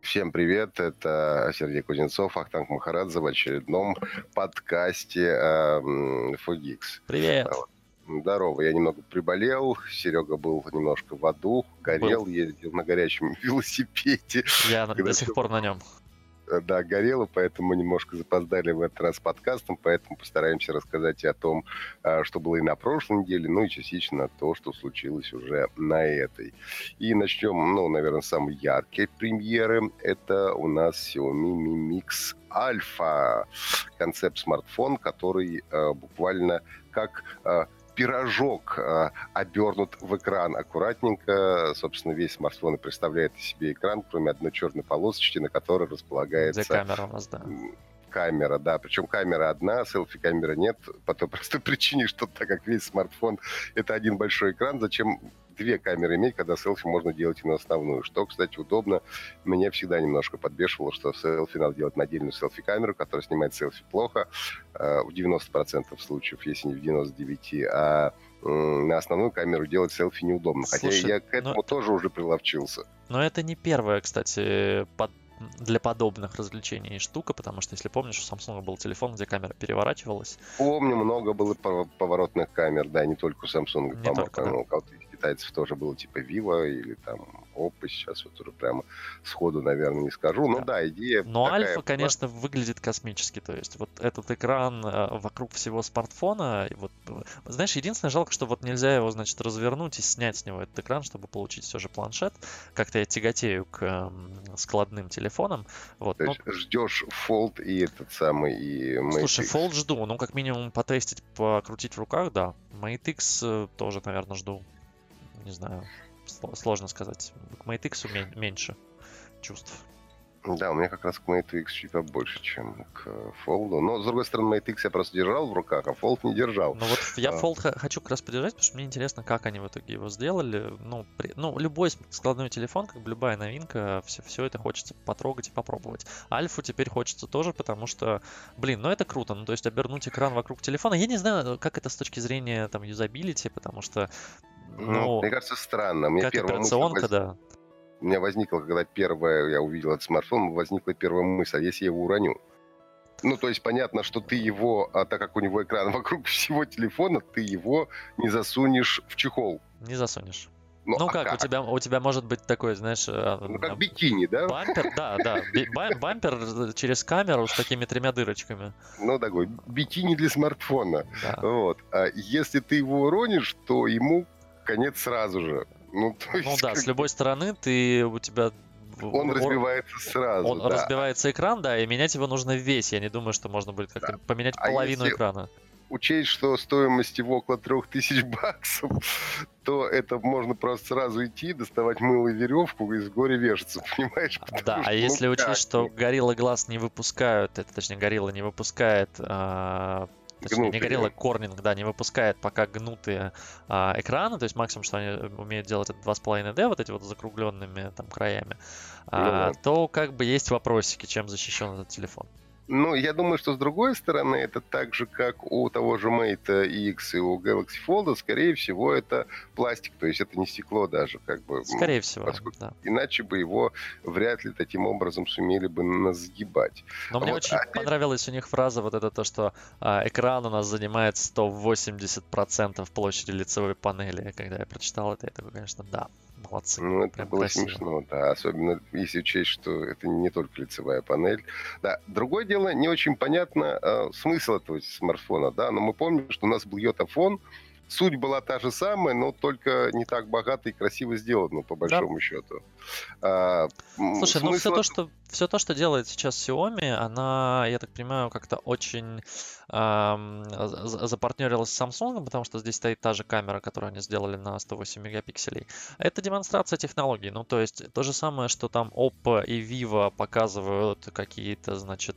Всем привет, это Сергей Кузнецов, Ахтанг Махарадзе в очередном подкасте Фогикс. Привет. Здорово, я немного приболел, Серега был немножко в аду, горел, ездил на горячем велосипеде. Я до сих пор на нем. Да, горело, поэтому мы немножко запоздали в этот раз с подкастом, поэтому постараемся рассказать и о том, что было и на прошлой неделе, ну и частично то, что случилось уже на этой. И начнем, наверное, с самой яркой премьеры. Это у нас Xiaomi Mi Mix Alpha, концепт-смартфон, который буквально как... пирожок обернут в экран аккуратненько. Собственно, весь смартфон и представляет из себя экран, кроме одной черной полосочки, на которой располагается... Где камера у нас, да. Камера, да. Причем камера одна, селфи-камеры нет, по той простой причине, что так как весь смартфон — это один большой экран, зачем две камеры иметь, когда селфи можно делать и на основную. Что, кстати, удобно. Меня всегда немножко подбешивало, что селфи надо делать на отдельную селфи-камеру, которая снимает селфи плохо, в 90% случаев, если не в 99%, а на основную камеру делать селфи неудобно. Слушай, хотя я к этому тоже уже приловчился. Но это не первая, кстати, для подобных развлечений штука, потому что, если помнишь, у Samsung был телефон, где камера переворачивалась. Помню, много было поворотных камер, да, не только у Samsung, Не только, да. у кого-то из китайцев тоже было типа Vivo или там Oppo, сейчас вот уже прямо сходу, наверное, не скажу. Ну да, идея Но такая Альфа, была. конечно, выглядит космически, то есть вот этот экран вокруг всего смартфона, и вот, знаешь, единственное, жалко, что вот нельзя его, значит, развернуть и снять с него этот экран, чтобы получить все же планшет. Как-то я тяготею к складным телефонам. Вот, То есть ждешь Fold и этот самый, и Mate Слушай, X. Fold жду, ну как минимум потестить, покрутить в руках, да. Mate X тоже, наверное, жду. Не знаю, сложно сказать. К Mate X меньше чувств. Да, у меня как раз к Mate X чуть побольше, чем к Fold. Но, с другой стороны, Mate X я просто держал в руках, а Fold не держал. Ну вот я Fold хочу как раз подержать, потому что мне интересно, как они в итоге его сделали. Ну, любой складной телефон, как бы любая новинка, все это хочется потрогать и попробовать. Альфу теперь хочется тоже, потому что, ну это круто. Ну, то есть обернуть экран вокруг телефона. Я не знаю, как это с точки зрения там юзабилити, потому что... мне кажется, странно. Мне как операционка, да. У меня возникла, когда я увидел этот смартфон, возникла первая мысль, а если я его уроню? Ну, то есть понятно, что ты его, так как у него экран вокруг всего телефона, ты его не засунешь в чехол. Не засунешь. Ну, как? У тебя может быть такой, знаешь... как бикини, да? Бампер, да. Бампер через камеру с такими 3 дырочками. Ну, такой бикини для смартфона. Да. Вот. А если ты его уронишь, то ему конец сразу же. С любой стороны у тебя... Он разбивается сразу, разбивается экран, да, и менять его нужно весь. Я не думаю, что можно будет как-то поменять половину экрана. Учесть, что стоимость его около $3000, то это можно просто сразу идти, доставать мыло и веревку и с горя вешаться, понимаешь? Да, а если учесть, что Gorilla Glass не выпускают, Gorilla не выпускает... Точнее, не Gorilla Corning, да, не выпускает пока гнутые экраны, то есть максимум, что они умеют делать, это 2,5D, вот эти вот с закругленными там краями, то как бы есть вопросики, чем защищен этот телефон. Ну, я думаю, что с другой стороны, это так же, как у того же Mate X и у Galaxy Fold, скорее всего, это пластик, то есть это не стекло даже, как бы. Скорее всего, да. Иначе бы его вряд ли таким образом сумели бы насгибать. Но мне очень понравилась у них фраза вот это то, что экран у нас занимает 180% площади лицевой панели. Когда я прочитал это, я такой, конечно, да. Молодцы. Ну, это было красиво. Смешно, да. Особенно если учесть, что это не только лицевая панель. Да. Другое дело, не очень понятно смысл этого смартфона, да. Но мы помним, что у нас был йотафон. Суть была та же самая, но только не так богато и красиво сделано, по большому счету. Слушай, все то, что делает сейчас Xiaomi, она, я так понимаю, как-то очень запартнерилась с Samsung, потому что здесь стоит та же камера, которую они сделали на 108 мегапикселей. Это демонстрация технологий. Ну, то есть то же самое, что там Oppo и Vivo показывают какие-то, значит...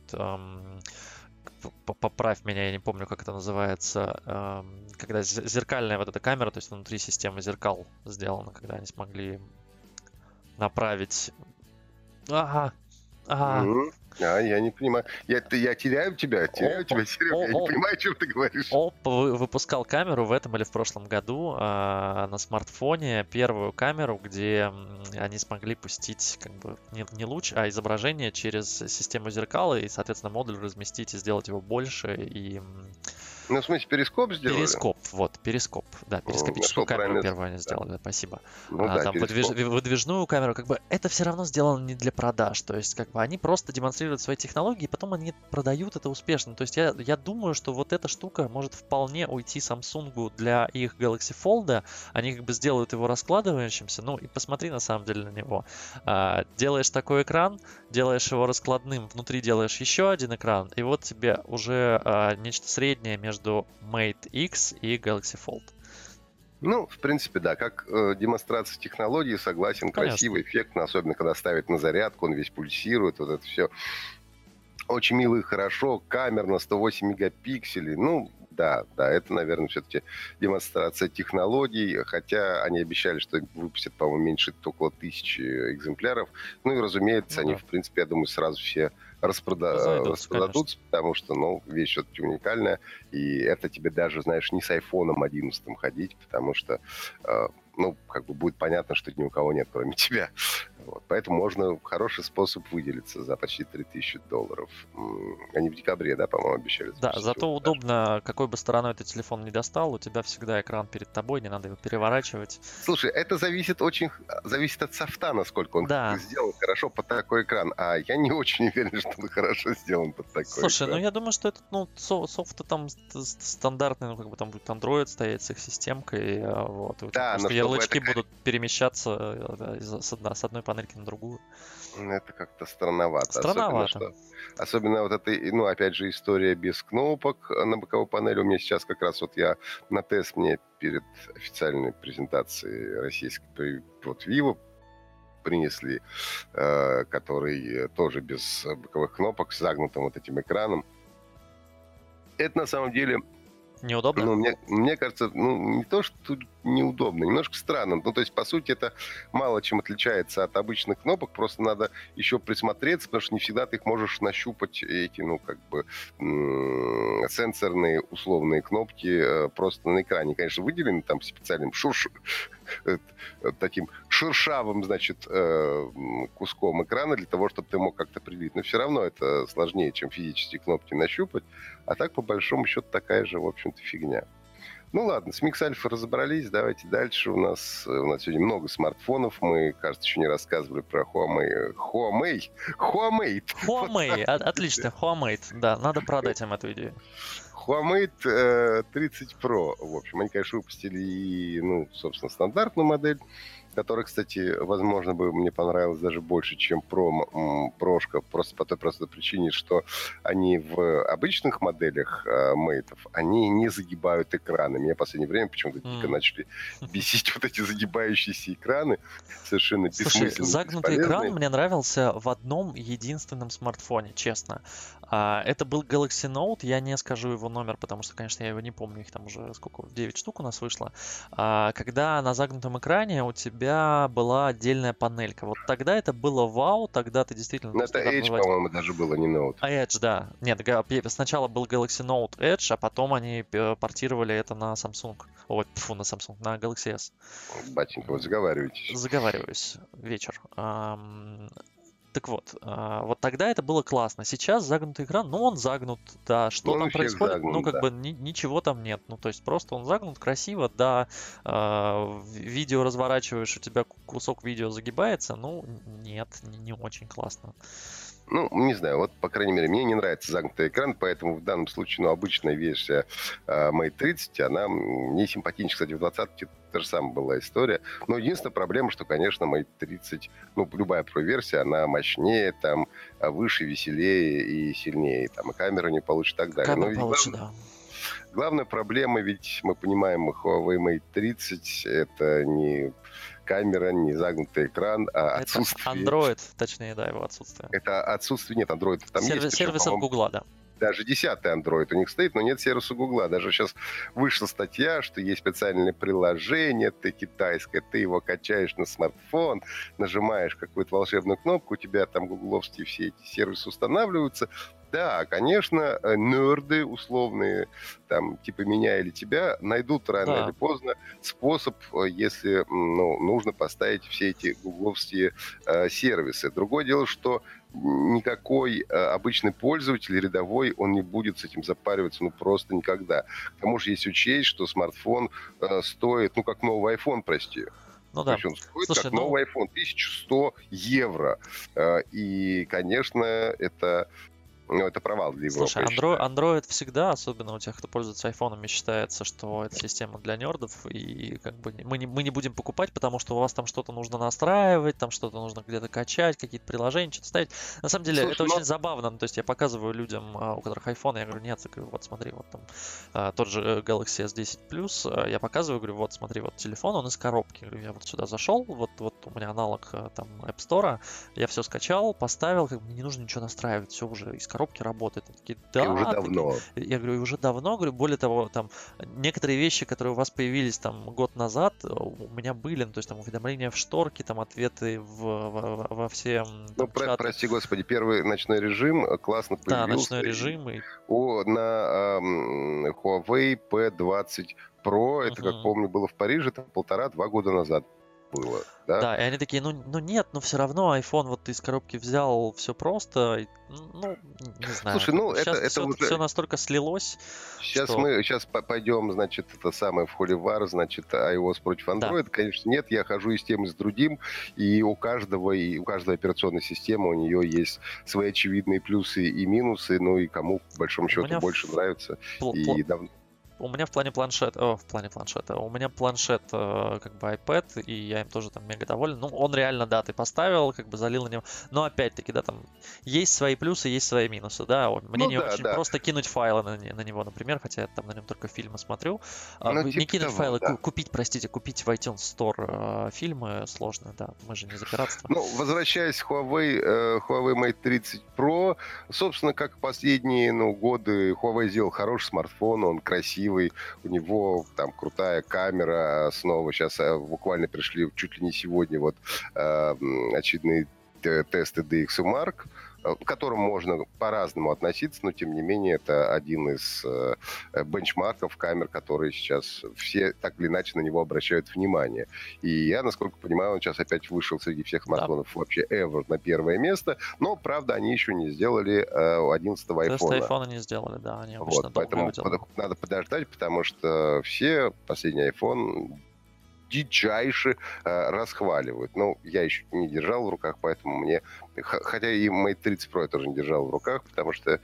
Поправь меня, я не помню, как это называется, когда зеркальная вот эта камера, то есть внутри системы зеркал сделана, когда они смогли направить... Я не понимаю. Я теряю тебя, Серега, я не понимаю, о чем ты говоришь. Oppo выпускал камеру в этом или в прошлом году на смартфоне, первую камеру, где они смогли пустить как бы не луч, а изображение через систему зеркал и, соответственно, модуль разместить и сделать его больше и... Ну, в смысле, перископ сделали? Перископ. Да, перископическую камеру первую они сделали, да, спасибо. Там выдвижную камеру, как бы это все равно сделано не для продаж, то есть как бы они просто демонстрируют свои технологии, и потом они продают это успешно. То есть я думаю, что вот эта штука может вполне уйти Samsung для их Galaxy Fold, они как бы сделают его раскладывающимся, ну и посмотри на самом деле на него. Делаешь такой экран, делаешь его раскладным, внутри делаешь еще один экран, и вот тебе уже нечто среднее между Mate X и Galaxy Fold. Ну, в принципе, да, как демонстрация технологии, согласен, красиво, эффектно, особенно когда ставят на зарядку, он весь пульсирует, вот это все. Очень мило и хорошо, камерно, 108 мегапикселей, ну, да, это, наверное, все-таки демонстрация технологий, хотя они обещали, что выпустят, по-моему, меньше около 1000 экземпляров. Ну и, разумеется, они, в принципе, я думаю, сразу все распродадутся, потому что, ну, вещь все-таки уникальная, и это тебе даже, знаешь, не с айфоном 11 ходить, потому что, ну, как бы будет понятно, что ни у кого нет, кроме тебя. Вот. Поэтому можно хороший способ выделиться за почти $3000. Они в декабре, да, по-моему, обещали. Да, зато удобно, какой бы стороной ты телефон не достал, у тебя всегда экран перед тобой, не надо его переворачивать. Слушай, это зависит от софта, насколько он сделан хорошо под такой экран. А я не очень уверен, что он хорошо сделан под такой экран. Слушай, ну я думаю, что этот, софт там стандартный, ну как бы там будет Android стоять с их системкой, вот. Да, но ярлычки будут перемещаться с одной панельки на другую. Это как-то странновато. Особенно вот эта, ну, опять же, история без кнопок на боковой панели. У меня сейчас как раз вот я на тест мне перед официальной презентацией российской вот Vivo принесли, который тоже без боковых кнопок, с загнутым вот этим экраном. Это на самом деле... Неудобно? Ну, мне кажется, ну, не то, что неудобно, немножко странно. Ну, то есть, по сути, это мало чем отличается от обычных кнопок, просто надо еще присмотреться, потому что не всегда ты их можешь нащупать, эти, ну, как бы, сенсорные условные кнопки просто на экране. Конечно, выделены там специальным таким шершавым, значит, куском экрана для того, чтобы ты мог как-то определить. Но все равно это сложнее, чем физические кнопки нащупать. А так, по большому счету, такая же, в общем-то, фигня. Ну ладно, с Mix Alpha разобрались, давайте дальше. У нас сегодня много смартфонов. Мы, кажется, еще не рассказывали про Huawei. Отлично, Huawei. Да, надо продать им эту идею. Huawei 30 Pro. В общем, они, конечно, выпустили и, ну, собственно, стандартную модель, которая, кстати, возможно, бы мне понравилась даже больше, чем прошка, просто по той простой причине, что они в обычных моделях мейтов, они не загибают экраны. Меня в последнее время почему-то дико начали бесить вот эти загибающиеся экраны, совершенно бессмысленные. Слушай, загнутый экран мне нравился в одном единственном смартфоне, честно. Это был Galaxy Note, я не скажу его номер, потому что, конечно, я его не помню, их там уже сколько, 9 штук у нас вышло. Когда на загнутом экране у тебя была отдельная панелька. Вот тогда это было вау, тогда ты действительно... Это Edge, по-моему, даже было, не Note. Edge, да. Нет, сначала был Galaxy Note Edge, а потом они портировали это на Samsung. Ой, фу, на Samsung, на Galaxy S. Батенька, вот заговаривайтесь. Заговариваюсь. Вечер. Так вот, вот тогда это было классно. Сейчас загнутый экран, ну он загнут, да. Что там происходит? Ну как бы ничего там нет. Ну то есть просто он загнут красиво, да. Видео разворачиваешь, у тебя кусок видео загибается, ну нет, не очень классно. Ну, не знаю, вот, по крайней мере, мне не нравится загнутый экран, поэтому в данном случае, ну, обычная версия Mate 30, она мне симпатична. Кстати, в 20-ке та же самая была история. Но единственная проблема, что, конечно, Mate 30, ну, любая Pro-версия, она мощнее, там, выше, веселее и сильнее, там, и камеру не получит и так далее. Камеру получше, да. Главная проблема, ведь мы понимаем, Huawei Mate 30 это не камера, не загнутый экран, а отсутствие... Android, точнее, да, его отсутствие. Это отсутствие... Нет, Android там есть. Сервис от Гугла, да. даже 10-й Android у них стоит, но нет сервиса Гугла. Даже сейчас вышла статья, что есть специальное приложение, ты китайское, ты его качаешь на смартфон, нажимаешь какую-то волшебную кнопку, у тебя там гугловские все эти сервисы устанавливаются. Да, конечно, нерды условные, там, типа меня или тебя, найдут рано или поздно способ, если нужно поставить все эти гугловские сервисы. Другое дело, что никакой обычный пользователь, рядовой, он не будет с этим запариваться, просто никогда. К тому же, если учесть, что смартфон стоит, как новый iPhone, прости. Ну То есть он стоит как новый iPhone, 1100 евро. И, конечно, это провал для Европы. Слушай, Android всегда, особенно у тех, кто пользуется айфонами, считается, что это система для нердов, и как бы мы не будем покупать, потому что у вас там что-то нужно настраивать, там что-то нужно где-то качать, какие-то приложения, что-то ставить. На самом деле, это очень забавно. То есть я показываю людям, у которых iPhone, я говорю, нет, вот смотри, вот там тот же Galaxy S10 Plus, я показываю, говорю, вот смотри, вот телефон, он из коробки. Говорю, я вот сюда зашел, вот у меня аналог там App Store, я все скачал, поставил, как бы мне не нужно ничего настраивать, все уже из коробки работает. Они такие, да, и уже давно. Я говорю, уже давно, говорю, более того, там некоторые вещи, которые у вас появились там год назад, у меня были, то есть там уведомления в шторке, там ответы во все чаты. Прости господи, первый ночной режим классно появился. Да, ночной режим. На Huawei P20 Pro, это, как помню, было в Париже, там 1,5-2 года назад было. Да, и они такие, нет, но все равно iPhone вот ты из коробки взял, все просто, не знаю. Слушай, сейчас все настолько слилось. Сейчас пойдем, значит, это самое в холивар, значит, iOS против Android. Да. Конечно, нет, я хожу и с тем, и с другим, и у каждой операционной системы у нее есть свои очевидные плюсы и минусы, и кому, по большому счету, больше нравится. У меня в плане планшета, у меня планшет как бы iPad, и я им тоже там мега доволен. Он реально, да, ты поставил, как бы залил на него. Но опять-таки, да, там есть свои плюсы, есть свои минусы, да. Мне не очень просто кинуть файлы на него, например, хотя я там на нем только фильмы смотрю. Не кинуть файлы, купить в iTunes Store фильмы сложно, да, мы же не за пиратство. Возвращаясь к Huawei Mate 30 Pro, собственно, как последние годы Huawei сделал хороший смартфон, он красивый, у него там крутая камера снова. Сейчас буквально пришли чуть ли не сегодня очередные тесты DxOMark, к которым можно по-разному относиться, но тем не менее это один из бенчмарков камер, которые сейчас все так или иначе на него обращают внимание. И я, насколько понимаю, он сейчас опять вышел среди всех смартфонов вообще ever на первое место, но, правда, они еще не сделали 11-го iPhone. Тест iPhone не сделали, да, они обычно поэтому надо подождать, потому что все последний iPhone дичайше расхваливают. Я еще не держал в руках, поэтому мне... Хотя и Mate 30 Pro я тоже не держал в руках, потому что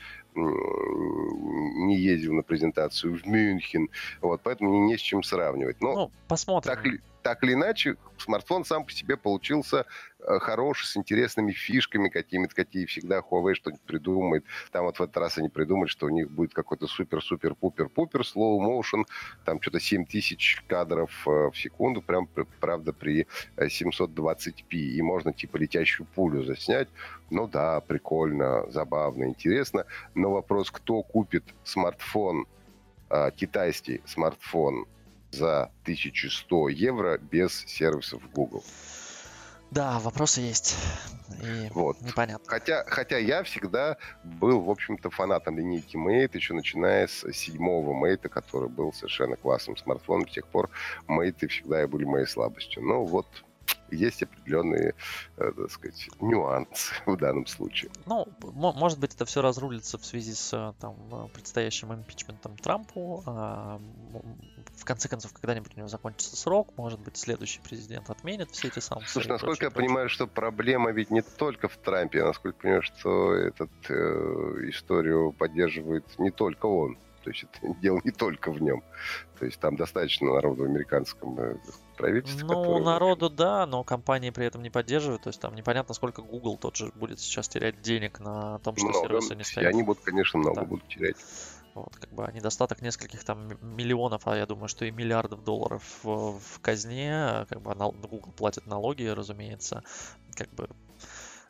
не ездил на презентацию в Мюнхен. Поэтому мне не с чем сравнивать. Посмотрим. Так или иначе, смартфон сам по себе получился хороший, с интересными фишками какими-то, какие всегда Huawei что-нибудь придумает. Там в этот раз они придумали, что у них будет какой-то супер-супер-пупер-пупер slow motion, там что-то 7000 кадров в секунду, прям, правда, при 720p. И можно типа летящую пулю заснять. Да, прикольно, забавно, интересно. Но вопрос, кто купит смартфон, китайский смартфон, за 1100 евро без сервисов Google. Да, вопросы есть. И непонятно. Хотя я всегда был, в общем-то, фанатом линейки Mate, еще начиная с 7-го Mate, который был совершенно классным смартфоном. С тех пор Mate всегда и были моей слабостью. Есть определенные, так сказать, нюансы в данном случае. Может быть, это все разрулится в связи с предстоящим импичментом Трампу. В конце концов, когда-нибудь у него закончится срок, может быть, следующий президент отменит все эти санкции. Слушай, насколько я понимаю, что проблема ведь не только в Трампе, насколько я понимаю, что эту историю поддерживает не только он. То есть это дело не только в нем. То есть там достаточно народу в американском правительстве. Народу, да, но компании при этом не поддерживают. То есть там непонятно, сколько Google тот же будет сейчас терять денег на том, что сервисы не стоят. И они будут, конечно, много будут терять. Недостаток нескольких миллионов, а я думаю, что и миллиардов долларов в казне. Google платит налоги, разумеется.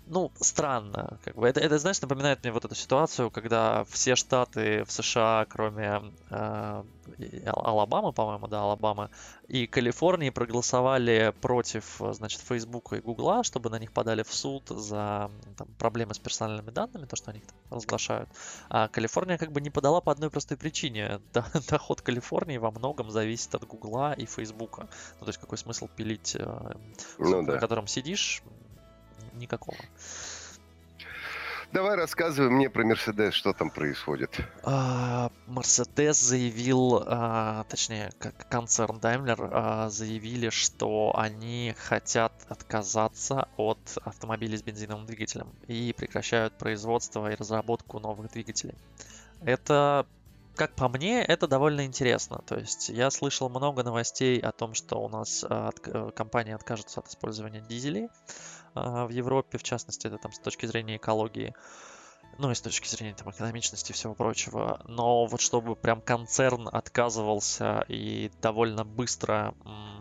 Ну, странно. Как бы. Это, знаешь, напоминает мне вот эту ситуацию, когда все штаты в США, кроме Алабамы, по-моему, да, Алабамы, и Калифорнии проголосовали против, значит, Фейсбука и Гугла, чтобы на них подали в суд за там, проблемы с персональными данными, то, что они их там разглашают. А Калифорния как бы не подала по одной простой причине. Доход Калифорнии во многом зависит от Гугла и Фейсбука. Ну, то есть какой смысл пилить суп, на котором сидишь? Никакого. Давай рассказывай мне про Мерседес, что там происходит. Мерседес заявил, точнее, как концерн Daimler заявили, что они хотят отказаться от автомобилей с бензиновым двигателем и прекращают производство и разработку новых двигателей. Это, как по мне, это довольно интересно. То есть я слышал много новостей о том, что у нас компания откажется от использования дизелей в Европе, в частности, это там с точки зрения экологии, ну и с точки зрения там экономичности и всего прочего. Но вот чтобы прям концерн отказывался и довольно быстро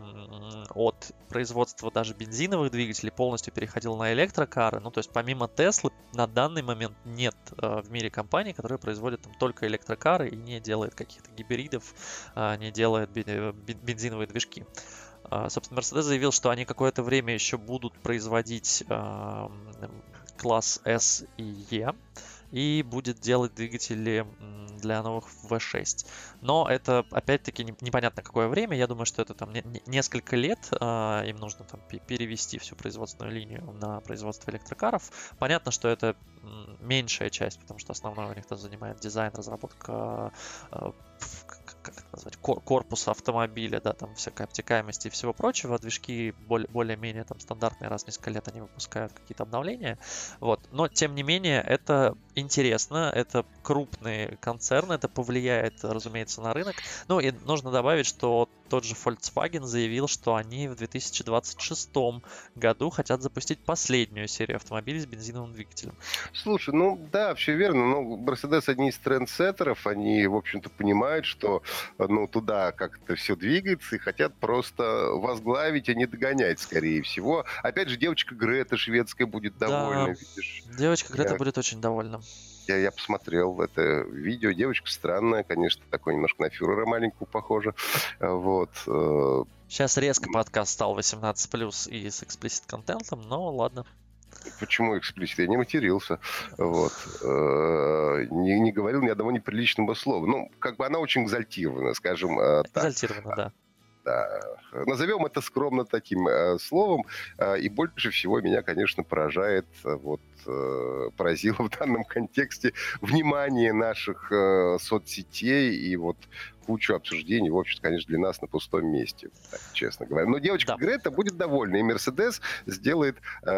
от производства даже бензиновых двигателей полностью переходил на электрокары, ну то есть помимо Теслы на данный момент нет в мире компаний, которые производят там только электрокары и не делают каких-то гибридов, не делают бензиновые движки. Собственно, Mercedes заявил, что они какое-то время еще будут производить класс S и E и будет делать двигатели для новых V6. Но это, опять-таки, непонятно какое время. Я думаю, что это там несколько лет. Им нужно там перевести всю производственную линию на производство электрокаров. Понятно, что это меньшая часть, потому что основное у них там занимает дизайн, разработка, как это назвать, корпуса автомобиля, да, там всякая обтекаемость и всего прочего. Движки более-менее там стандартные, раз в несколько лет они выпускают какие-то обновления. Вот. Но, тем не менее, это интересно, это крупный концерн, это повлияет, разумеется, на рынок. Ну и нужно добавить, что тот же Volkswagen заявил, что они в 2026 году хотят запустить последнюю серию автомобилей с бензиновым двигателем. Слушай, ну да, все верно. Ну, Mercedes одни из трендсеттеров, они, в общем-то, понимают, что ну, туда как-то все двигается и хотят просто возглавить, а не догонять, скорее всего. Опять же, девочка Грета шведская будет довольна, видишь. Девочка Грета будет очень довольна. Я посмотрел это видео. Девочка странная, конечно, такой немножко на фюрера маленькую похожа. Вот. Сейчас резко подкаст стал 18+, и с эксплисит контентом, но ладно. Почему эксплисит? Я не матерился. Вот. Не говорил ни одного неприличного слова. Ну, как бы она очень экзальтирована, скажем так. Экзальтирована, да. Да. Назовем это скромно таким словом. И больше всего меня, конечно, поражает, поразило в данном контексте внимание наших соцсетей и вот кучу обсуждений, в общем-то, конечно, для нас на пустом месте, так, честно говоря. Но девочка Грета будет довольна, и Мерседес сделает,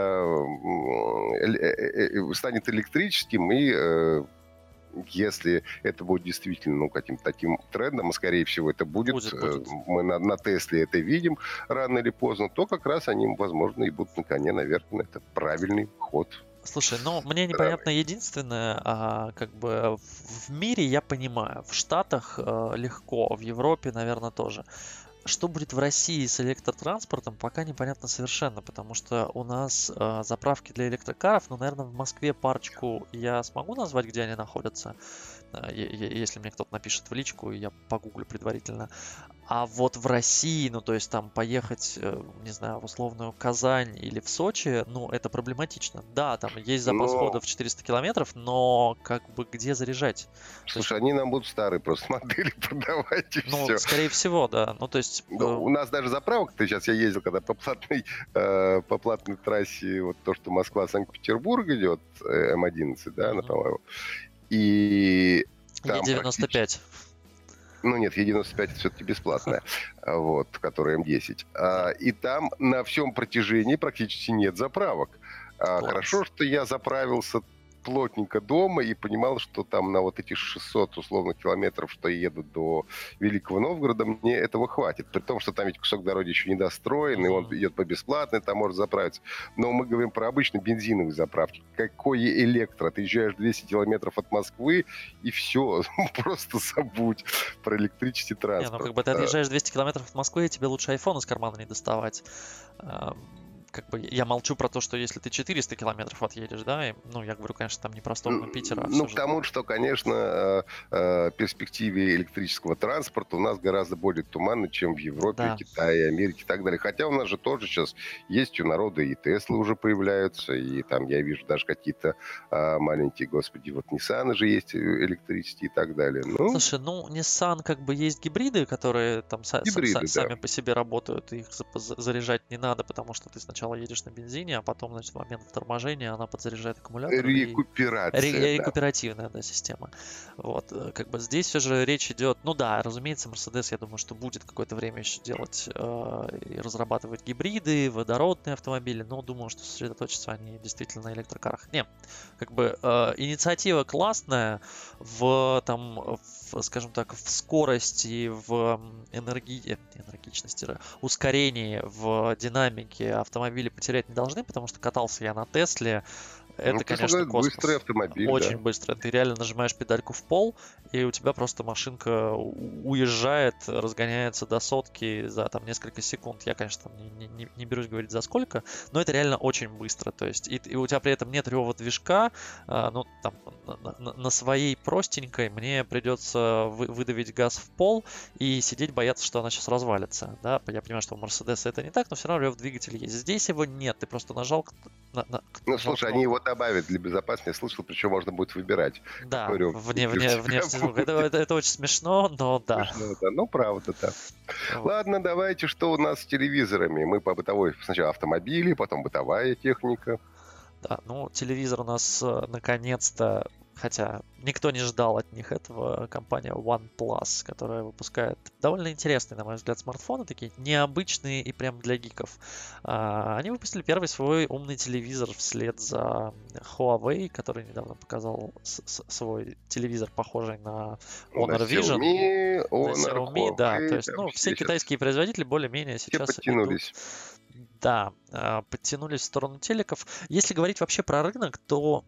станет электрическим, и если это будет действительно, ну, каким-то таким трендом, и, скорее всего, это будет. Мы на Тесле это видим рано или поздно, то как раз они, возможно, и будут на коне, наверное, это правильный ход. Слушай, ну, мне непонятно единственное, как бы в мире я понимаю, в Штатах легко, в Европе, наверное, тоже. Что будет в России с электротранспортом, пока непонятно совершенно, потому что у нас заправки для электрокаров, ну, наверное, в Москве парочку я смогу назвать, где они находятся, если мне кто-то напишет в личку, я погуглю предварительно. А вот в России, ну, то есть там поехать, не знаю, в условную Казань или в Сочи, ну, это проблематично. Да, там есть запас хода в 400 километров, но как бы где заряжать? Слушай, они нам будут старые просто модели продавать, и ну, все. Скорее всего, да. Ну, то есть... У нас даже заправок-то сейчас я ездил, когда по платной трассе, вот то, что Москва-Санкт-Петербург идет, М11, да, по-моему, и там Е95. Ну нет, Е95 все-таки бесплатная, вот, которая М10. И там на всем протяжении практически нет заправок. Хорошо, что я заправился плотненько дома и понимал, что там на вот эти 600 условно километров, что еду до Великого Новгорода, мне этого хватит. При том, что там ведь кусок дороги еще не достроен, и он идет по бесплатной, там можно заправиться. Но мы говорим про обычные бензиновые заправки. Какое электро? Ты езжаешь 200 километров от Москвы, и все. Просто забудь про электрический транспорт. Не, ну как бы ты отъезжаешь 200 километров от Москвы, и тебе лучше iPhone из кармана не доставать. как бы я молчу про то, что если ты 400 километров отъедешь, да, и, ну, я говорю, конечно, там не про сторону Питера, а Ну, все к же. тому, что, конечно, перспективе электрического транспорта у нас гораздо более туманно, чем в Европе, Да. Китае, Америке и так далее. Хотя у нас же тоже сейчас есть у народа и Теслы уже появляются, и там я вижу даже какие-то маленькие, господи, вот Ниссаны же есть электрические и так далее. Ну, Слушай, ну, Nissan как бы есть гибриды, которые там гибриды, да. сами по себе работают, и их заряжать не надо, потому что ты сначала едешь на бензине, а потом, значит, в момент торможения она подзаряжает аккумулятор, и Рекуперация, да. рекуперативная, да, система. Вот, как бы здесь все же речь идет, ну да, разумеется, Mercedes, я думаю, что будет какое-то время еще делать и разрабатывать гибриды, водородные автомобили, но думаю, что сосредоточатся они действительно на электрокарах. Не, как бы инициатива классная, скажем так, в скорости, в энергичности, ускорении, в динамике автомобили потерять не должны, потому что катался я на Тесле. Это, Ну, Тесла, конечно, говорит, быстрый космос. автомобиль, Очень да. быстро. Ты реально нажимаешь педальку в пол, и у тебя просто машинка уезжает, разгоняется до сотки за там несколько секунд. Я, конечно, там не берусь говорить за сколько, но это реально очень быстро. То есть, и у тебя при этом нет рева движка. Ну, там, на своей простенькой мне придется выдавить газ в пол и сидеть бояться, что она сейчас развалится. Да? Я понимаю, что у Mercedes это не так, но все равно рев двигателя есть. Здесь его нет. Ты просто нажал Ну, нажал слушай, они его кнопку. добавят для безопасности. Я слышал, причем можно будет выбирать, Да, какой рев двигателя у тебя внешний звук. будет. Это очень смешно, но да. Смешно, да. Ну, правда, да. Вот. Ладно, давайте, что у нас с телевизорами? Мы по бытовой, сначала автомобили, потом бытовая техника. Да, ну, телевизор у нас наконец-то, хотя никто не ждал от них этого, компания OnePlus, которая выпускает довольно интересные, на мой взгляд, смартфоны, такие необычные и прям для гиков. Они выпустили первый свой умный телевизор вслед за Huawei, который недавно показал свой телевизор, похожий на На Honor Vision. Xiaomi, На Honor, Xiaomi, да, то Huawei, есть, там ну, все все сейчас китайские производители более-менее все сейчас идут, подтянулись. да, подтянулись в сторону телеков. Если говорить вообще про рынок, то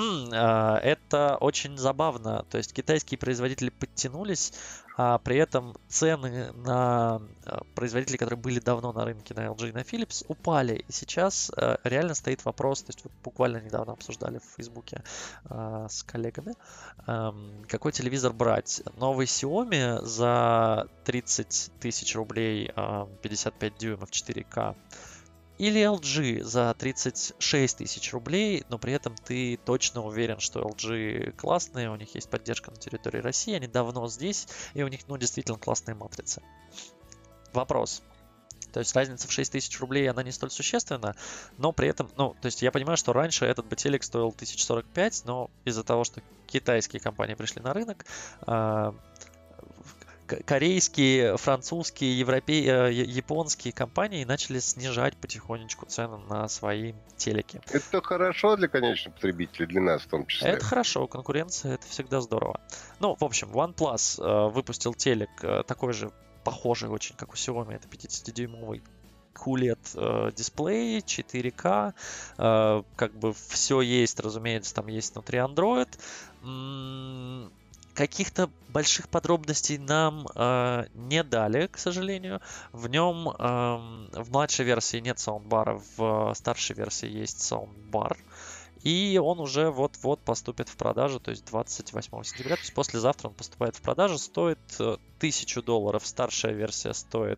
это очень забавно. То есть китайские производители подтянулись, а при этом цены на производителей, которые были давно на рынке, на LG и на Philips, упали. И сейчас реально стоит вопрос, то есть вот буквально недавно обсуждали в Фейсбуке с коллегами, какой телевизор брать. Новый Xiaomi за 30 тысяч рублей, 55 дюймов 4К, или LG за 36 тысяч рублей, но при этом ты точно уверен, что LG классные, у них есть поддержка на территории России, они давно здесь, и у них, ну, действительно классные матрицы. Вопрос. То есть разница в 6 тысяч рублей, она не столь существенна, но при этом, ну, то есть я понимаю, что раньше этот бы телек стоил 1045, но из-за того, что китайские компании пришли на рынок, корейские, французские, японские компании начали снижать потихонечку цены на свои телеки. Это хорошо для конечного потребителя, для нас в том числе. Это хорошо, конкуренция, это всегда здорово. Ну, в общем, OnePlus выпустил телек такой же, похожий очень, как у Xiaomi, это 50-дюймовый QLED дисплей, 4К, как бы все есть, разумеется, там есть внутри Android. Каких-то больших подробностей нам не дали, к сожалению. В нем в младшей версии нет саундбара, в старшей версии есть саундбар. И он уже вот-вот поступит в продажу, то есть 28 сентября, то есть послезавтра он поступает в продажу, стоит $1000, старшая версия стоит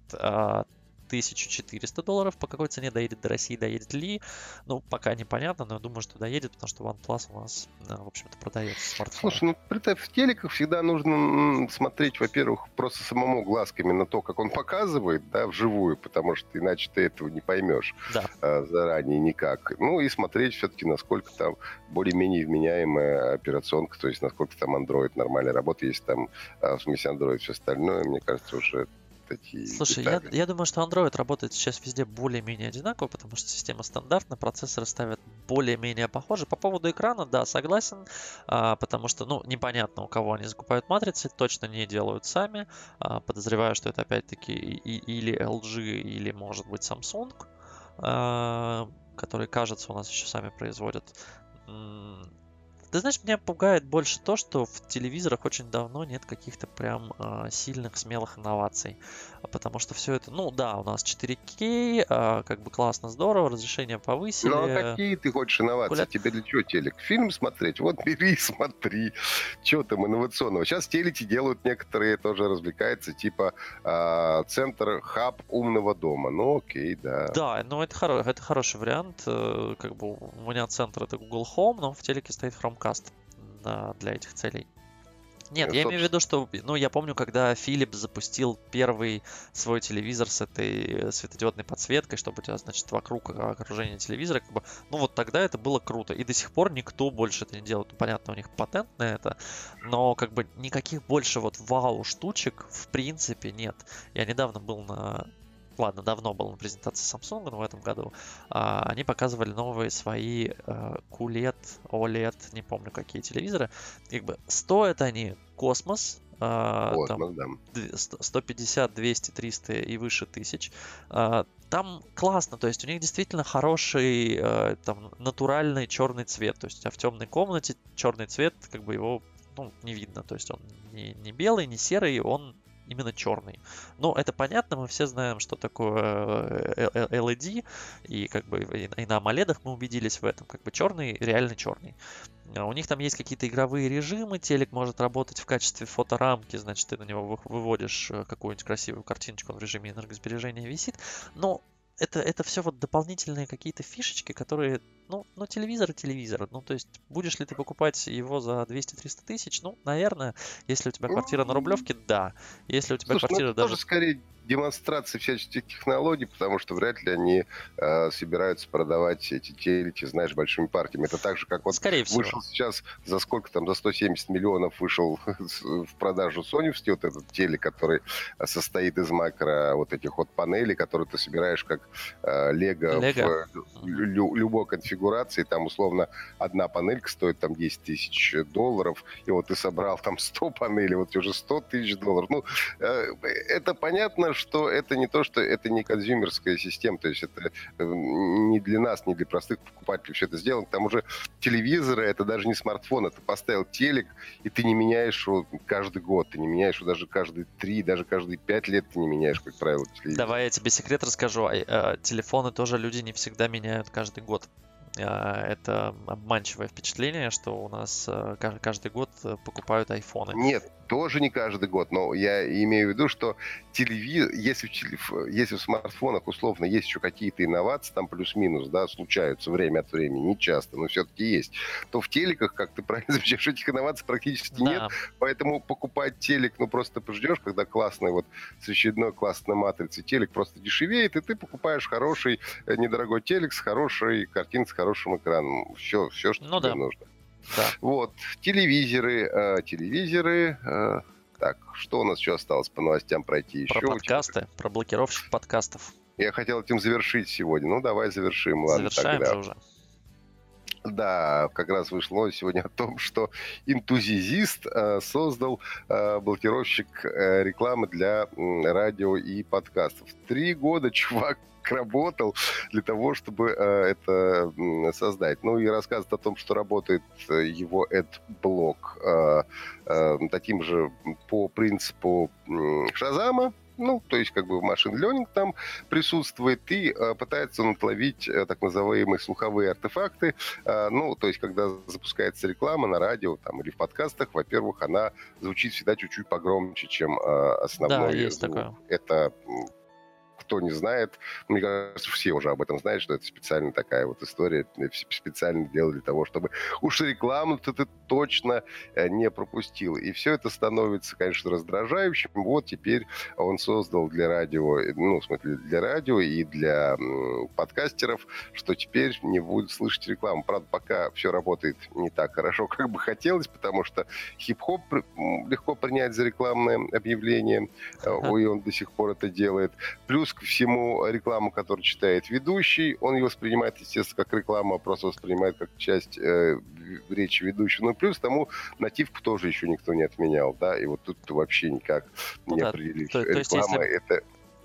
$1400. По какой цене доедет до России, доедет ли? Ну, пока непонятно, но я думаю, что доедет, потому что OnePlus у нас, в общем-то, продается смартфон. Слушай, ну, представь, в телеках всегда нужно смотреть, во-первых, просто самому глазками на то, как он показывает, да, вживую, потому что иначе ты этого не поймешь заранее никак. Ну, и смотреть все-таки, насколько там более-менее вменяемая операционка, то есть насколько там Android нормально работает, если там, в смысле, Android все остальное, мне кажется, уже такие Слушай, детали. я думаю, что Android работает сейчас везде более-менее одинаково, потому что система стандартная, процессоры ставят более-менее похожи. По поводу экрана, да, согласен, потому что, ну, непонятно, у кого они закупают матрицы, точно не делают сами. Подозреваю, что это опять-таки или LG, или, может быть, Samsung, которые, кажется, у нас еще сами производят. Ты знаешь, меня пугает больше то, что в телевизорах очень давно нет каких-то прям сильных, смелых инноваций. Потому что все это, ну да, у нас 4К, как бы классно, здорово, разрешение Ну, а повысили, какие ты хочешь инновации? гулять. Тебе для чего телек? Фильм смотреть? Вот бери и смотри. Чего там инновационного? Сейчас телеки делают некоторые, тоже развлекаются, типа центр, хаб умного дома. Ну, окей, да. Да, ну это хороший вариант. Как бы у меня центр это Google Home, но в телеке стоит Chromecast для этих целей. Нет, я имею в виду, Собственно, что, ну, я помню, когда Philips запустил первый свой телевизор с этой светодиодной подсветкой, чтобы у тебя, значит, вокруг окружения телевизора, как бы, ну, вот тогда это было круто. И до сих пор никто больше это не делает. Ну, понятно, у них патент на это, но, как бы, никаких больше вот вау-штучек в принципе нет. Я недавно был Ладно, давно был на презентации Samsung, но в этом году они показывали новые свои QLED, OLED, не помню какие телевизоры. Как бы стоят они космос, там космос, да. 150, 200, 300 и выше тысяч. Там классно, то есть у них действительно хороший там натуральный черный цвет. То есть у тебя в темной комнате черный цвет, как бы его ну, не видно. То есть он не белый, не серый, он именно черный. Ну, это понятно, мы все знаем, что такое LED, и как бы и на AMOLED мы убедились в этом, как бы черный, реально черный. У них там есть какие-то игровые режимы, телек может работать в качестве фоторамки, значит, ты на него выводишь какую-нибудь красивую картиночку, он в режиме энергосбережения висит, но это все вот дополнительные какие-то фишечки, которые, ну, телевизор и телевизор. Ну, то есть, будешь ли ты покупать его за 200-300 тысяч? Ну, наверное, если у тебя квартира на Рублевке, да. Если у тебя Слушай, ну квартира это тоже даже... скорее демонстрация всяческих технологий, потому что вряд ли они собираются продавать эти телеки, знаешь, большими партиями. Это так же, как вот Скорее всего. вышел сейчас, за сколько там, за 170 миллионов вышел в продажу соневский вот этот телек, который состоит из макро вот этих вот панелей, которые ты собираешь как лего в Лего. любой конфигурации. Там условно одна панелька стоит там 10 тысяч долларов, и вот ты собрал там 100 панелей, вот уже 100 тысяч долларов. Ну, это понятно, что это не то, что это не консюмерская система, то есть это не для нас, не для простых покупателей все это сделано. К тому же телевизоры, это даже не смартфон, это поставил телек, и ты не меняешь его каждый год, ты не меняешь его даже каждые 3, даже каждые 5 лет ты не меняешь, как правило, телевизор. Давай я тебе секрет расскажу. Телефоны тоже люди не всегда меняют каждый год. Это обманчивое впечатление, что у нас каждый год покупают айфоны. Нет, тоже не каждый год, но я имею в виду, что если в смартфонах условно есть еще какие-то инновации, там плюс-минус, да, случаются время от времени, не часто, но все-таки есть, то в телеках, как ты правильно замечаешь, этих инноваций практически нет, поэтому покупать телек, ну просто пождешь, когда классный вот с очередной классной матрицей телек просто дешевеет, и ты покупаешь хороший недорогой телек с хорошей картинкой, с хорошим экраном. Все, что тебе нужно. Да. Вот, телевизоры. Так, что у нас еще осталось по новостям пройти еще? Про подкасты, про блокировщик подкастов. Я хотел этим завершить сегодня. Ну, давай завершим. Ладно, завершаем тогда. же уже. Да, как раз вышло сегодня о том, что энтузиаст создал блокировщик рекламы для радио и подкастов. 3 года чувак работал для того, чтобы это создать. Ну и рассказывает о том, что работает его AdBlock таким же по принципу Шазама. Ну, то есть, как бы машин ленинг там присутствует, и пытается он отловить так называемые слуховые артефакты. Ну, то есть, когда запускается реклама на радио там, или в подкастах, во-первых, она звучит всегда чуть-чуть погромче, чем основной да, есть звук. такое. Это... Кто не знает, мне кажется, все уже об этом знают, что это специально такая вот история, специально делали для того, чтобы уж рекламу-то ты точно не пропустил. И все это становится, конечно, раздражающим. Вот теперь он создал для радио, ну, в смысле, для радио и для подкастеров, что теперь не будет слышать рекламу. Правда, пока все работает не так хорошо, как бы хотелось, потому что хип-хоп легко принять за рекламное объявление, и он до сих пор это делает. Плюс ко всему рекламу, которую читает ведущий, он ее воспринимает, естественно, как рекламу, а просто воспринимает как часть речи ведущего. Ну, плюс тому нативку тоже еще никто не отменял, да, и вот тут вообще никак не определишь. То есть, реклама если... это...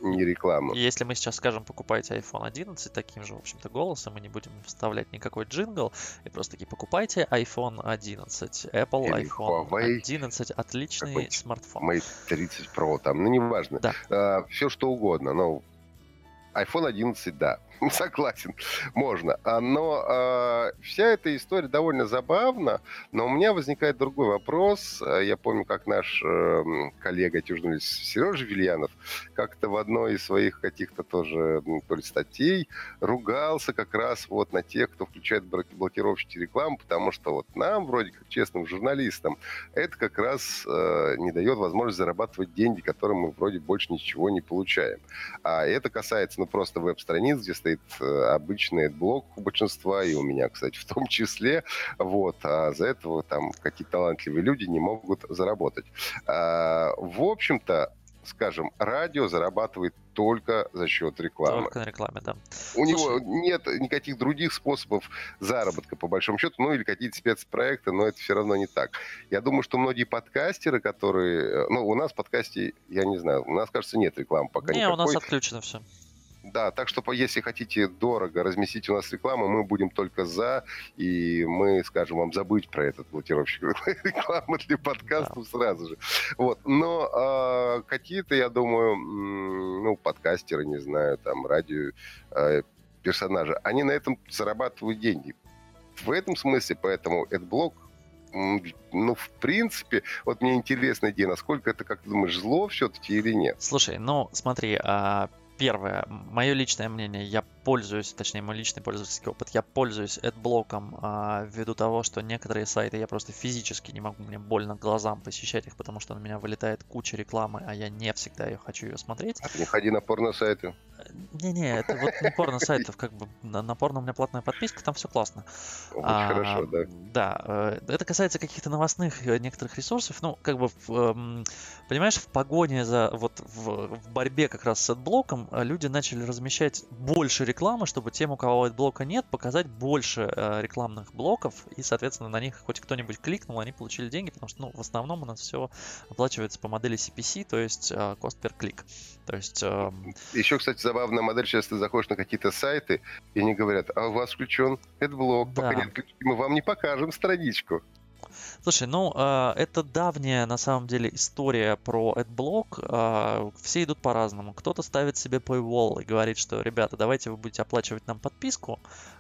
не рекламу. Если мы сейчас скажем, покупайте iPhone 11 таким же, в общем-то, голосом, мы не будем вставлять никакой джингл, и просто таки покупайте iPhone 11, Apple Или iPhone Huawei, 11, отличный смартфон. Mate 30 Pro, там, ну, неважно. Да. Все что угодно, но iPhone 11, да, согласен, можно. Но вся эта история довольно забавна, но у меня возникает другой вопрос. Я помню, как наш коллега, тюжурналист Сережа Вильянов, как-то в одной из своих каких-то тоже, то ли статей, ругался как раз вот на тех, кто включает блокировщики рекламы, потому что вот нам, вроде как честным журналистам, это как раз не дает возможность зарабатывать деньги, которые мы вроде больше ничего не получаем. А это касается, ну, просто веб-страниц, где стоит обычный блок у большинства, и у меня, кстати, в том числе. Вот. А за этого там какие-то талантливые люди не могут заработать. В общем-то, скажем, радио зарабатывает только за счет рекламы. Только на рекламе, да. У него нет никаких других способов заработка, по большому счету, ну или какие-то спецпроекты, но это все равно не так. Я думаю, что многие подкастеры, которые... Ну, у нас в подкасте, я не знаю, у нас, кажется, нет рекламы пока никакой. У нас отключено все. Да, так что если хотите дорого разместить у нас рекламу, мы будем только за, и мы скажем вам забыть про этот блокировщик рекламы для подкастов сразу же. Вот. Но какие-то, я думаю, ну, подкастеры, не знаю, там, радио, персонажи, они на этом зарабатывают деньги. В этом смысле, поэтому AdBlock, ну, в принципе, вот мне интересная идея, насколько это, как ты думаешь, зло все-таки или нет? Слушай, ну, смотри, первое, мое личное мнение, я пользуюсь, точнее, мой личный пользовательский опыт, я пользуюсь AdBlock'ом ввиду того, что некоторые сайты я просто физически не могу, мне больно глазам посещать их, потому что на меня вылетает куча рекламы, а я не всегда хочу ее смотреть. А ты не ходи на порно-сайты. Не-не, это вот не порно-сайтов, как бы на порно у меня платная подписка, там все классно. Очень хорошо, да. Да, это касается каких-то новостных некоторых ресурсов, ну, как бы, понимаешь, в погоне за, вот в борьбе как раз с AdBlock'ом люди начали размещать больше рекламы, чтобы тем, у кого AdBlock'а нет, показать больше рекламных блоков, и, соответственно, на них хоть кто-нибудь кликнул, они получили деньги, потому что, ну, в основном у нас все оплачивается по модели CPC, то есть cost per click. То есть... Еще, кстати, забавная модель, сейчас ты заходишь на какие-то сайты, и они говорят, а у вас включен AdBlock, Да. пока не отключим, мы вам не покажем страничку. Слушай, ну, это давняя, на самом деле, история про AdBlock. Все идут по-разному. Кто-то ставит себе paywall и говорит, что, ребята, давайте вы будете оплачивать нам подписку,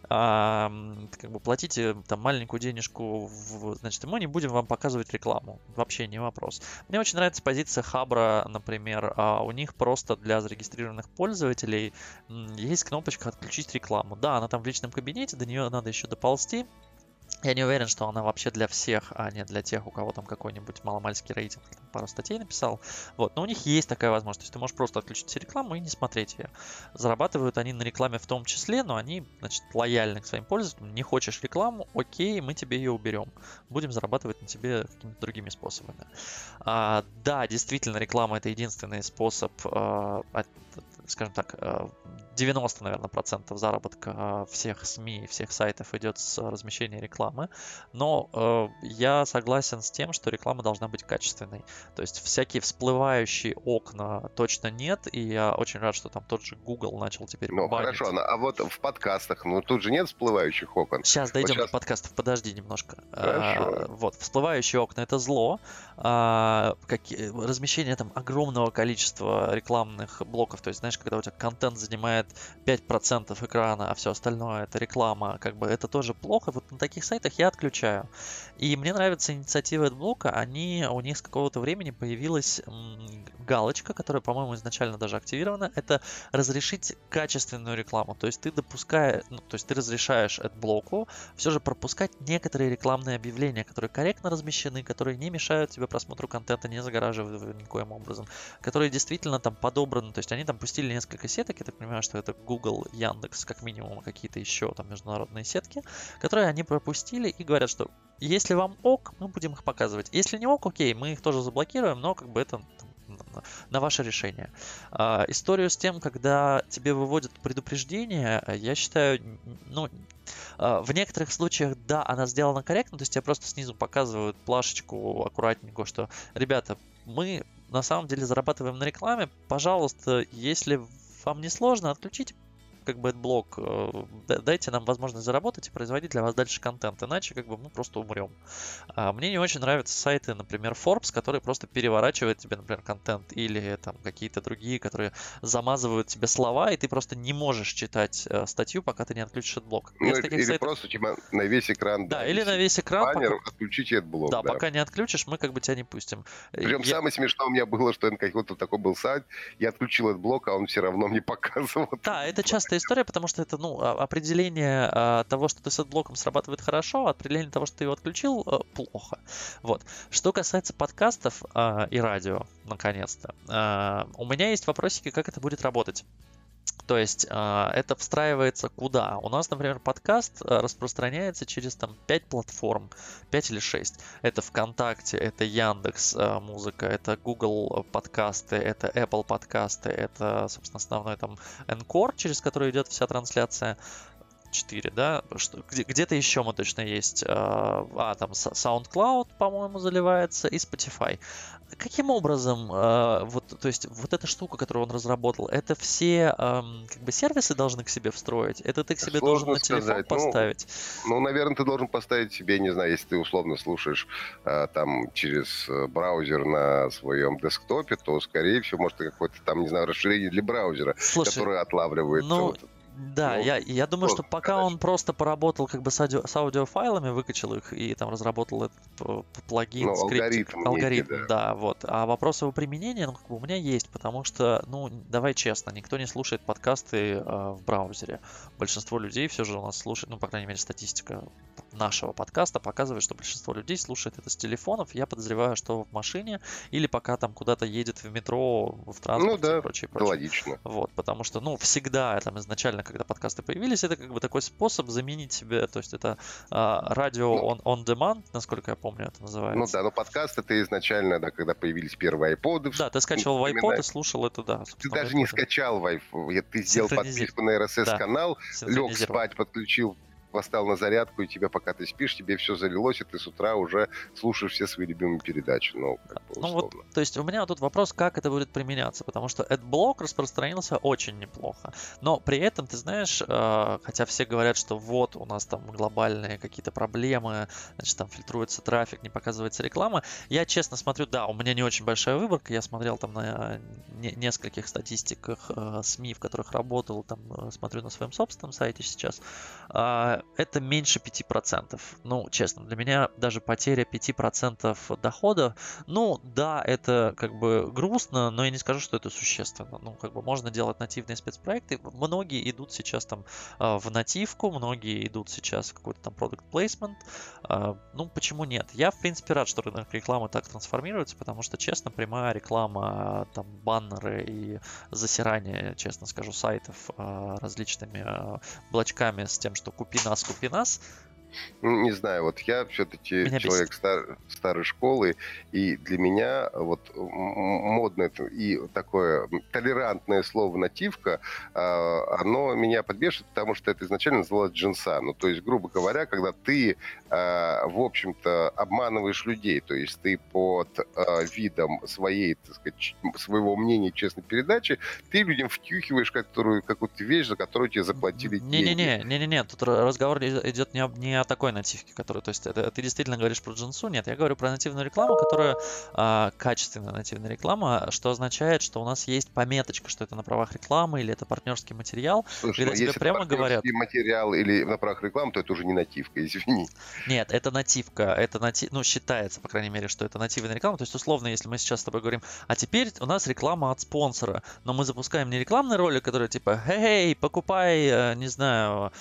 как бы платите там маленькую денежку, значит, мы не будем вам показывать рекламу. Вообще не вопрос. Мне очень нравится позиция Хабра, например. У них просто для зарегистрированных пользователей есть кнопочка «Отключить рекламу». Да, она там в личном кабинете, до нее надо еще доползти. Я не уверен, что она вообще для всех, а не для тех, у кого там какой-нибудь маломальский рейтинг, там пару статей написал. Вот, но у них есть такая возможность. То есть ты можешь просто отключить себе рекламу и не смотреть ее. Зарабатывают они на рекламе в том числе, но они, значит, лояльны к своим пользователям. Не хочешь рекламу, окей, мы тебе ее уберем. Будем зарабатывать на тебе какими-то другими способами. Да, действительно, реклама — это единственный способ, скажем так, 90, наверное, процентов заработка всех СМИ, всех сайтов идет с размещения рекламы, но я согласен с тем, что реклама должна быть качественной. То есть всякие всплывающие окна точно нет, и я очень рад, что там тот же Google начал теперь банить. Хорошо, а вот в подкастах, ну тут же нет всплывающих окон. Сейчас дойдем до подкастов, подожди немножко. Хорошо. Вот, всплывающие окна — это зло. Размещение там огромного количества рекламных блоков, то есть, знаешь, когда у тебя контент занимает 5% экрана, а все остальное — это реклама, как бы это тоже плохо. Вот на таких сайтах я отключаю. И мне нравится инициатива AdBlock. У них с какого-то времени появилась галочка, которая, по-моему, изначально даже активирована. Это разрешить качественную рекламу. То есть ты ты разрешаешь AdBlock все же пропускать некоторые рекламные объявления, которые корректно размещены, которые не мешают тебе просмотру контента, не загораживают его никоим образом, которые действительно там подобраны. То есть они там пустили несколько сеток, я так понимаю, что это Google, Яндекс, как минимум, какие-то еще там международные сетки, которые они пропустили и говорят, что если вам ок, мы будем их показывать. Если не ок, окей, мы их тоже заблокируем, но как бы это на ваше решение. Историю с тем, когда тебе выводят предупреждение, я считаю, в некоторых случаях, да, она сделана корректно, то есть тебе просто снизу показывают плашечку аккуратненько, что, ребята, мы на самом деле зарабатываем на рекламе. Пожалуйста, если вам не сложно, отключите как бы блок, дайте нам возможность заработать и производить для вас дальше контент, иначе как бы мы просто умрем. Мне не очень нравятся сайты, например, Forbes, которые просто переворачивают тебе, например, контент, или там какие-то другие, которые замазывают тебе слова, и ты просто не можешь читать статью, пока ты не отключишь этот блок. Ну, или сайтов... просто типа на весь экран. Да, или на весь экран. Баннер, пока... отключите этот блок. Да, пока не отключишь, мы как бы тебя не пустим. Причем самое смешное у меня было, что какой-то такой был сайт, я отключил этот блок, а он все равно мне показывал. Да, это частая история, потому что это, определение того, что ты с блоком срабатывает хорошо, а определение того, что ты его отключил, плохо. Вот. Что касается подкастов и радио, наконец-то, у меня есть вопросики, как это будет работать. То есть это встраивается куда? У нас, например, подкаст распространяется через там 5 платформ, 5 или 6. Это ВКонтакте, это Яндекс Музыка, это Google подкасты, это Apple подкасты, это, собственно, основной там Encore, через который идет вся трансляция. 4, да? Где-то еще мы точно есть. Там SoundCloud, по-моему, заливается, и Spotify. Каким образом, то есть вот эта штука, которую он разработал, это все как бы сервисы должны к себе встроить? Это ты к себе сложно должен на телефон поставить? Наверное, ты должен поставить себе, не знаю, если ты условно слушаешь там через браузер на своем десктопе, то, скорее всего, может, какое-то там, не знаю, расширение для браузера, которое отлавливает... Да, я думаю, что пока он просто поработал как бы с аудиофайлами, выкачал их и там разработал этот плагин, скриптик, алгоритм, да, вот. А вопрос его применения, как бы у меня есть, потому что, давай честно, никто не слушает подкасты в браузере. Большинство людей все же у нас слушает, по крайней мере, статистика нашего подкаста показывает, что большинство людей слушает это с телефонов. Я подозреваю, что в машине или пока там куда-то едет в метро, в транспорте и прочее. Логично. Вот, потому что, всегда там изначально, когда подкасты появились, это как бы такой способ заменить себе, то есть это радио on demand, насколько я помню, это называется. Но подкаст это изначально, да, когда появились первые iPod. Да, ты скачивал в iPod и слушал это, да. Ты даже не скачал в iPod, ты сделал подписку на RSS-канал, лег спать, подключил, поставил на зарядку, и тебя, пока ты спишь, тебе все залилось, и ты с утра уже слушаешь все свои любимые передачи. То есть у меня тут вопрос, как это будет применяться, потому что AdBlock распространился очень неплохо. Но при этом, ты знаешь, хотя все говорят, что вот у нас там глобальные какие-то проблемы, значит, там фильтруется трафик, не показывается реклама. Я честно смотрю, да, у меня не очень большая выборка, я смотрел там на нескольких статистиках СМИ, в которых работал, там смотрю на своем собственном сайте сейчас. Это меньше 5%. Честно, для меня даже потеря 5% дохода, да, это как бы грустно, но я не скажу, что это существенно. Как бы можно делать нативные спецпроекты. Многие идут сейчас там в нативку, многие идут сейчас в какой-то там product placement. Почему нет? Я, в принципе, рад, что рынок рекламы так трансформируется, потому что, честно, прямая реклама, там, баннеры и засирание, честно скажу, сайтов различными блочками с тем, что купи нас. Не знаю, вот я все-таки человек старой школы, и для меня вот модное и такое толерантное слово «нативка», оно меня подбешивает, потому что это изначально называлось джинса. То есть, грубо говоря, когда ты, в общем-то, обманываешь людей, то есть ты под видом своей, так сказать, своего мнения честной передачи, ты людям втюхиваешь какую-то вещь, за которую тебе заплатили деньги. Не-не-не, тут разговор идет не о такой нативке, которая, то есть ты действительно говоришь про джинсу, нет, я говорю про нативную рекламу, которая качественная нативная реклама, что означает, что у нас есть пометочка, что это на правах рекламы или это партнерский материал. Слушай, когда тебе прямо говорят, материал или на правах рекламы, то это уже не нативка, извини. Нет, это нативка, считается, по крайней мере, что это нативная реклама, то есть условно, если мы сейчас с тобой говорим, а теперь у нас реклама от спонсора, но мы запускаем не рекламный ролик, который типа, хей, покупай, не знаю,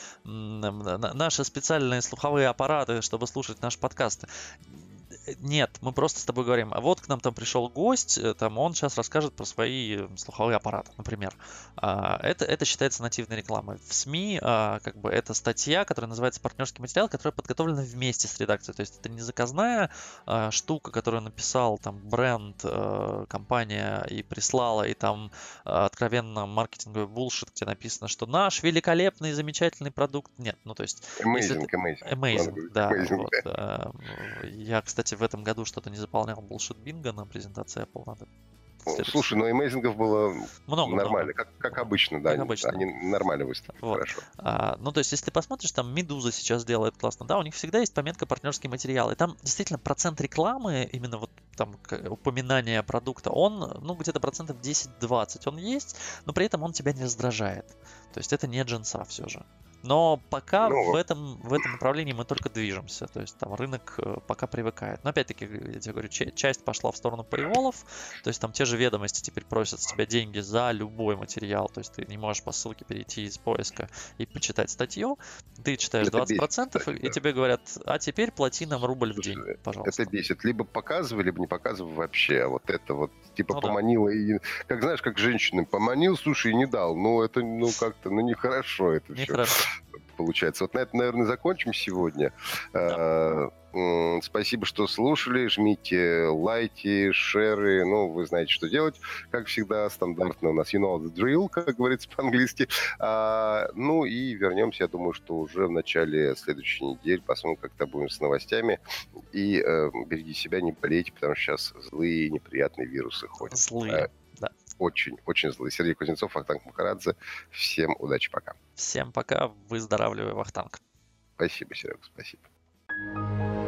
наши специальные слуховые аппараты, чтобы слушать наши подкасты. Нет, мы просто с тобой говорим, а вот к нам там пришел гость, там он сейчас расскажет про свои слуховые аппараты, например. Это считается нативной рекламой. В СМИ как бы это статья, которая называется партнерский материал, которая подготовлена вместе с редакцией. То есть это не заказная штука, которую написал там бренд, компания и прислала, и там откровенно маркетинговый булшит, где написано, что наш великолепный, замечательный продукт. Нет, то есть... Amazing, да. Вот. Я, кстати, в этом году что-то не заполнял bullshit bingo на презентации Apple. Надо Слушай, но эмейзингов было нормально, много. как обычно, да, Как обычно. они нормально выставили, Вот. хорошо. Ну, то есть, если ты посмотришь, там Медуза сейчас делает классно, да, у них всегда есть пометка партнерские материалы. Там действительно процент рекламы, именно вот там упоминание продукта, он, ну, где-то процентов 10-20 он есть, но при этом он тебя не раздражает. То есть это не джинса все же. Но пока в этом направлении мы только движемся. То есть там рынок пока привыкает. Но опять-таки, я тебе говорю, часть пошла в сторону paywall'ов. То есть там те же ведомости теперь просят с тебя деньги за любой материал. То есть ты не можешь по ссылке перейти из поиска и почитать статью. Ты читаешь 20%, бесит, кстати, и тебе говорят, а теперь плати нам рубль в день, пожалуйста. Это бесит. Либо показывай, либо не показывай вообще. А вот это вот типа поманила. И, как знаешь, как женщины, поманил, слушай, и не дал. Ну, это, ну, как-то, ну, нехорошо это все. Нехорошо. Получается. Вот на это, наверное, закончим сегодня. Да. Спасибо, что слушали. Жмите лайки, шеры. Ну, вы знаете, что делать. Как всегда, стандартно у нас you know the drill, как говорится по-английски. Ну и вернемся, я думаю, что уже в начале следующей недели. Посмотрим, как-то будем с новостями. И берегите себя, не болейте, потому что сейчас злые неприятные вирусы ходят. Злые, да. Очень, очень злые. Сергей Кузнецов, Вахтанг Махарадзе. Всем удачи, пока. Всем пока, выздоравливай, Вахтанг. Спасибо, Серега, спасибо.